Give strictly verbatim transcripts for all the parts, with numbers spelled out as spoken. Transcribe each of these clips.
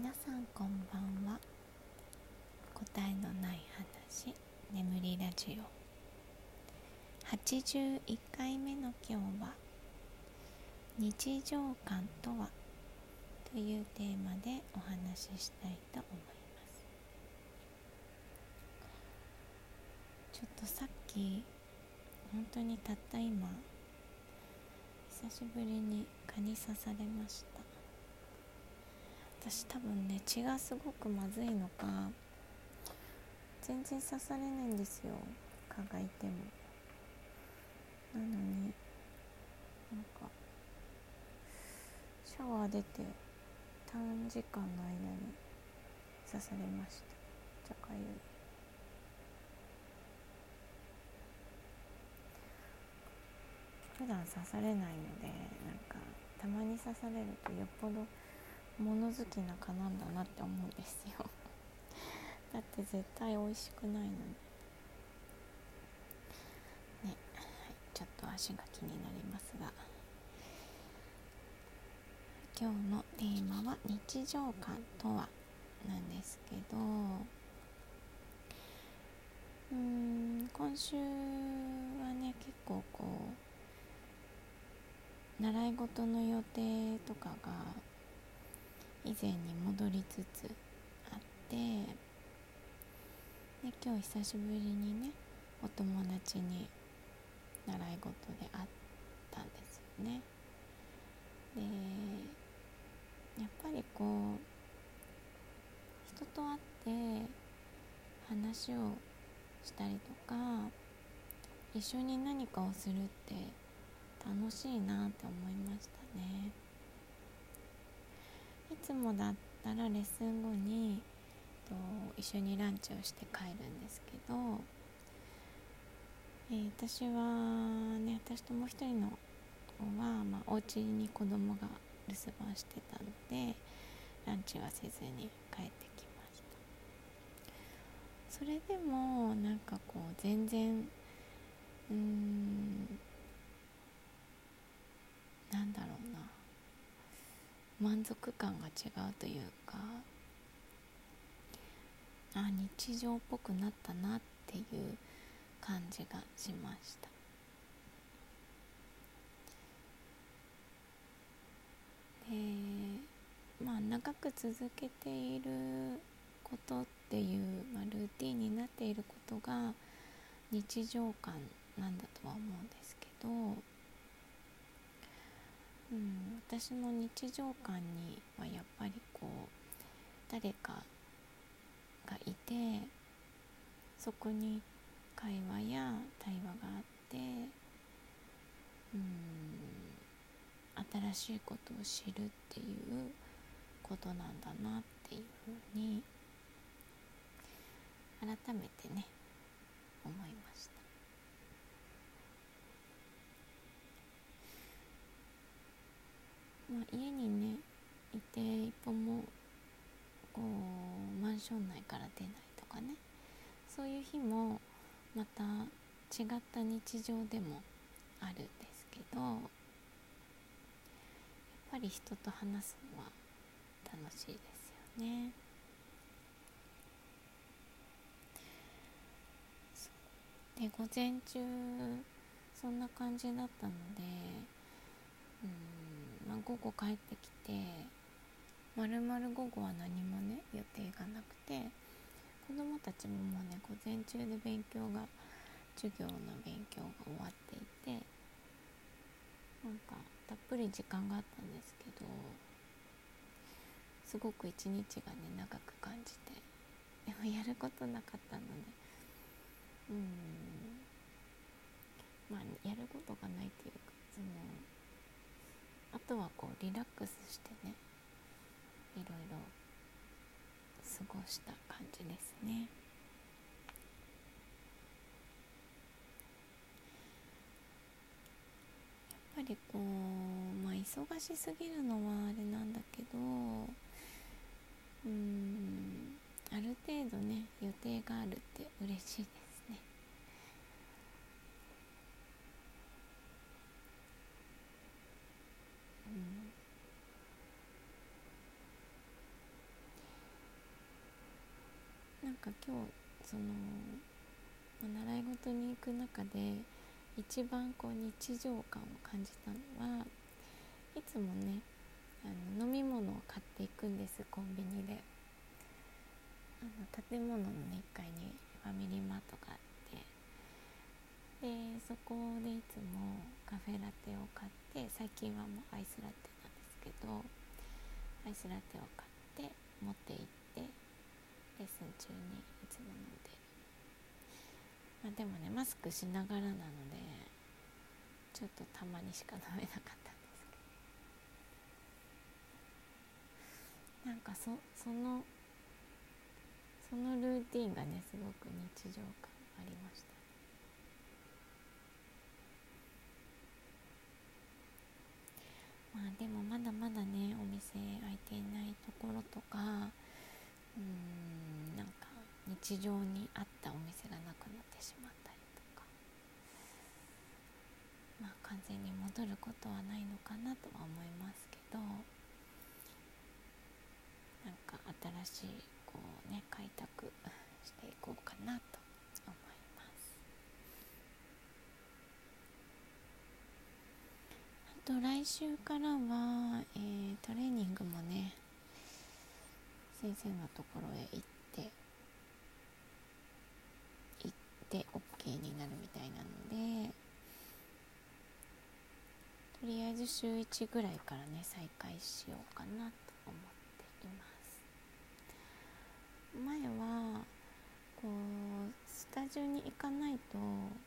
皆さんこんばんは。答えのない話、眠りラジオはちじゅういっかいめの今日は、日常感とはというテーマでお話ししたいと思います。ちょっとさっき本当にたった今、久しぶりに蚊に刺されました。私多分ね、血がすごくまずいのか全然刺されないんですよ、蚊がいても。なのになんかシャワー出て短時間の間に刺されました。めっちゃかゆい。普段刺されないので、なんかたまに刺されるとよっぽど物好きな蚊なんだなって思うんですよだって絶対美味しくないのにね。はい、ちょっと足が気になりますが、今日のテーマは日常感とはなんですけど、うーん今週はね、結構こう習い事の予定とかが以前に戻りつつあって、で今日久しぶりにね、お友達に習い事で会ったんですよね。でやっぱりこう人と会って話をしたりとか一緒に何かをするって楽しいなって思いましたね。いつもだったらレッスン後にと一緒にランチをして帰るんですけど、えー、私はね、私ともう一人の子は、まあ、お家に子供が留守番してたのでランチはせずに帰ってきました。それでもなんかこう全然うーんなんだろうな、満足感が違うというか、あ、日常っぽくなったなっていう感じがしました。で、まあ長く続けていることっていう、まあ、ルーティンになっていることが日常感なんだとは思うんですけど、うん、私の日常感にはやっぱりこう誰かがいて、そこに会話や対話があって、うん、新しいことを知るっていうことなんだなっていうふうに改めてね思いました。まあ、家にねいて一歩もこうマンション内から出ないとかね、そういう日もまた違った日常でもあるんですけど、やっぱり人と話すのは楽しいですよね。で午前中そんな感じだったので、うーん、まあ、午後帰ってきてまるまる午後は何もね予定がなくて、子どもたちももうね午前中で勉強が授業の勉強が終わっていて、なんかたっぷり時間があったんですけど、すごく一日がね長く感じて、でもやることなかったので、うーんまあやることがないっていうか、そのあとはこうリラックスしてね、いろいろ過ごした感じですね。やっぱりこう、まあ、忙しすぎるのはあれなんだけど、うーんある程度ね予定があるって嬉しいですね。うん今日その、まあ、習い事に行く中で一番こう日常感を感じたのはいつもねあの飲み物を買っていくんです。コンビニであの建物の、ね、いっかいにファミリーマートがあってでそこでいつもカフェラテを買って最近はもうアイスラテなんですけどアイスラテを買って持って行ってレッスン中にいつも飲んで、まあ、でもねマスクしながらなのでちょっとたまにしか飲めなかったんですけどなんか そ, そのそのルーティンがねすごく日常感ありました。まあでもまだまだねお店開いていないところとかうーんなんか日常にあったお店がなくなってしまったりとかまあ完全に戻ることはないのかなとは思いますけどなんか新しいこうね開拓していこうかなと思います。あと来週からは、えー、トレーニングもね先生のところへ行って行って OK になるみたいなのでとりあえず週いちぐらいからね再開しようかなと思っています。前はこうスタジオに行かないと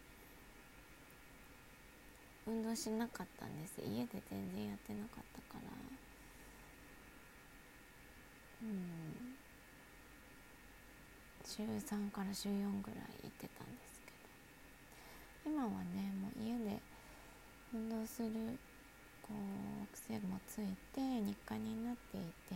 運動しなかったんです。家で全然やってなかったからうん週さんから週よんぐらい行ってたんですけど今はねもう家で運動するこう癖もついて日課になっていて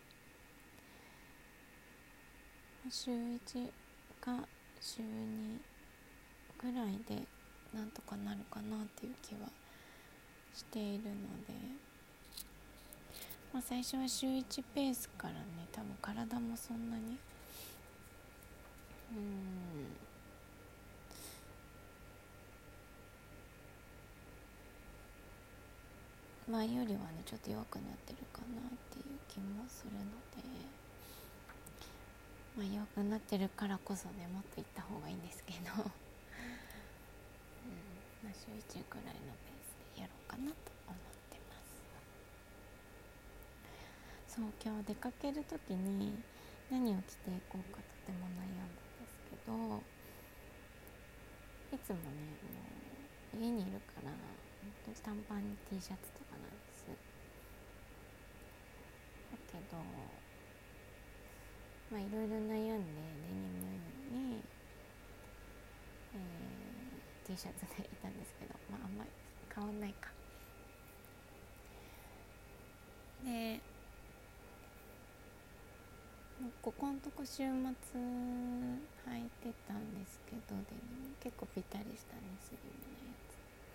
週いちか週にぐらいでなんとかなるかなっていう気はしているので、まあ、最初は週いちペースからね多分体もそんなにうーん前よりはねちょっと弱くなってるかなっていう気もするので、まあ、弱くなってるからこそねもっと行った方がいいんですけど、うんまあ、週いちぐらいのペースでやろうかなと思ってます。そう今日出かける時に何を着ていこうかとても悩んだんですけどいつもねもう家にいるから本当に短パンに T シャツとかなんです。だけどまあいろいろ悩んでデニムに、えー、T シャツでいたんですけどまああんまり変わんないかでここのとこ週末履いてたんですけどデニム結構ぴったりしたねスリムなや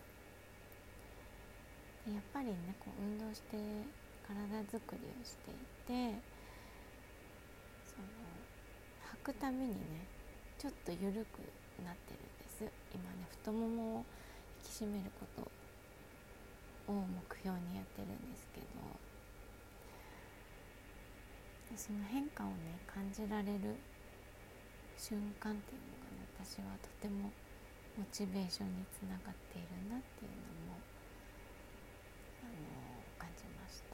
つでやっぱりねこう運動して体作りをしていてその履くたびにねちょっと緩くなってるんです。今ね太ももを引き締めることを目標にやってるんですけどその変化をね感じられる瞬間っていうのがね私はとてもモチベーションにつながっているなっていうのもあの感じました。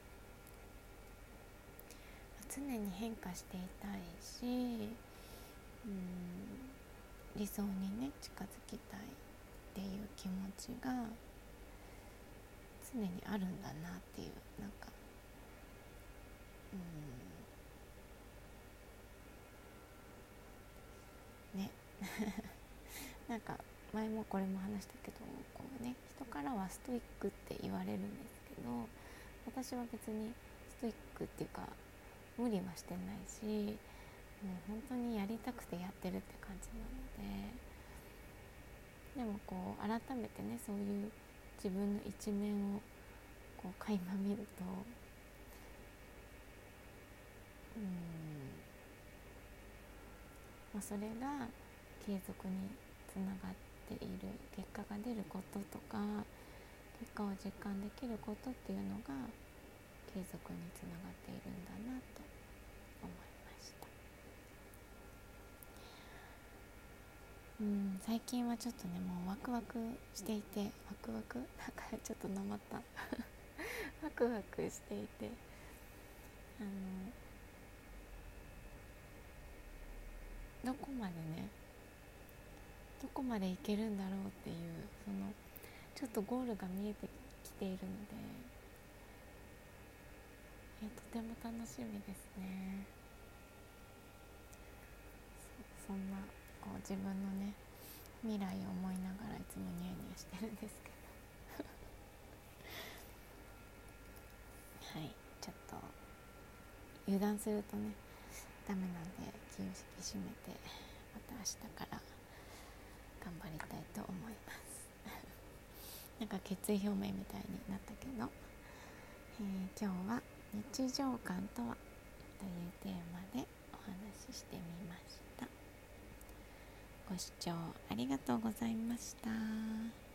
常に変化していたいしうん理想にね近づきたいっていう気持ちが常にあるんだなっていうなんかうんねなんか前もこれも話したけどこうね人からはストイックって言われるんですけど私は別にストイックっていうか無理はしてないしもう本当にやりたくてやってるって感じなのででもこう改めてねそういう自分の一面をこう垣間見るとうーんまあ、それが継続につながっている、結果が出ることとか結果を実感できることっていうのが継続につながっているんだなと思いました。うん、最近はちょっとねもうワクワクしていて、ワクワクなんかちょっとなまったワクワクしていて、あのどこまでねどこまでいけるんだろうっていう、そのちょっとゴールが見えてきているので、えとても楽しみですね。 そ, そんなこう自分のね未来を思いながらいつもニヤニヤしてるんですけどはい、ちょっと油断するとねダメなんで気を引き締めてまた明日から頑張りたいと思いますなんか決意表明みたいになったけど、えー、今日は日常感とはというテーマでお話ししてみました。ご視聴ありがとうございました。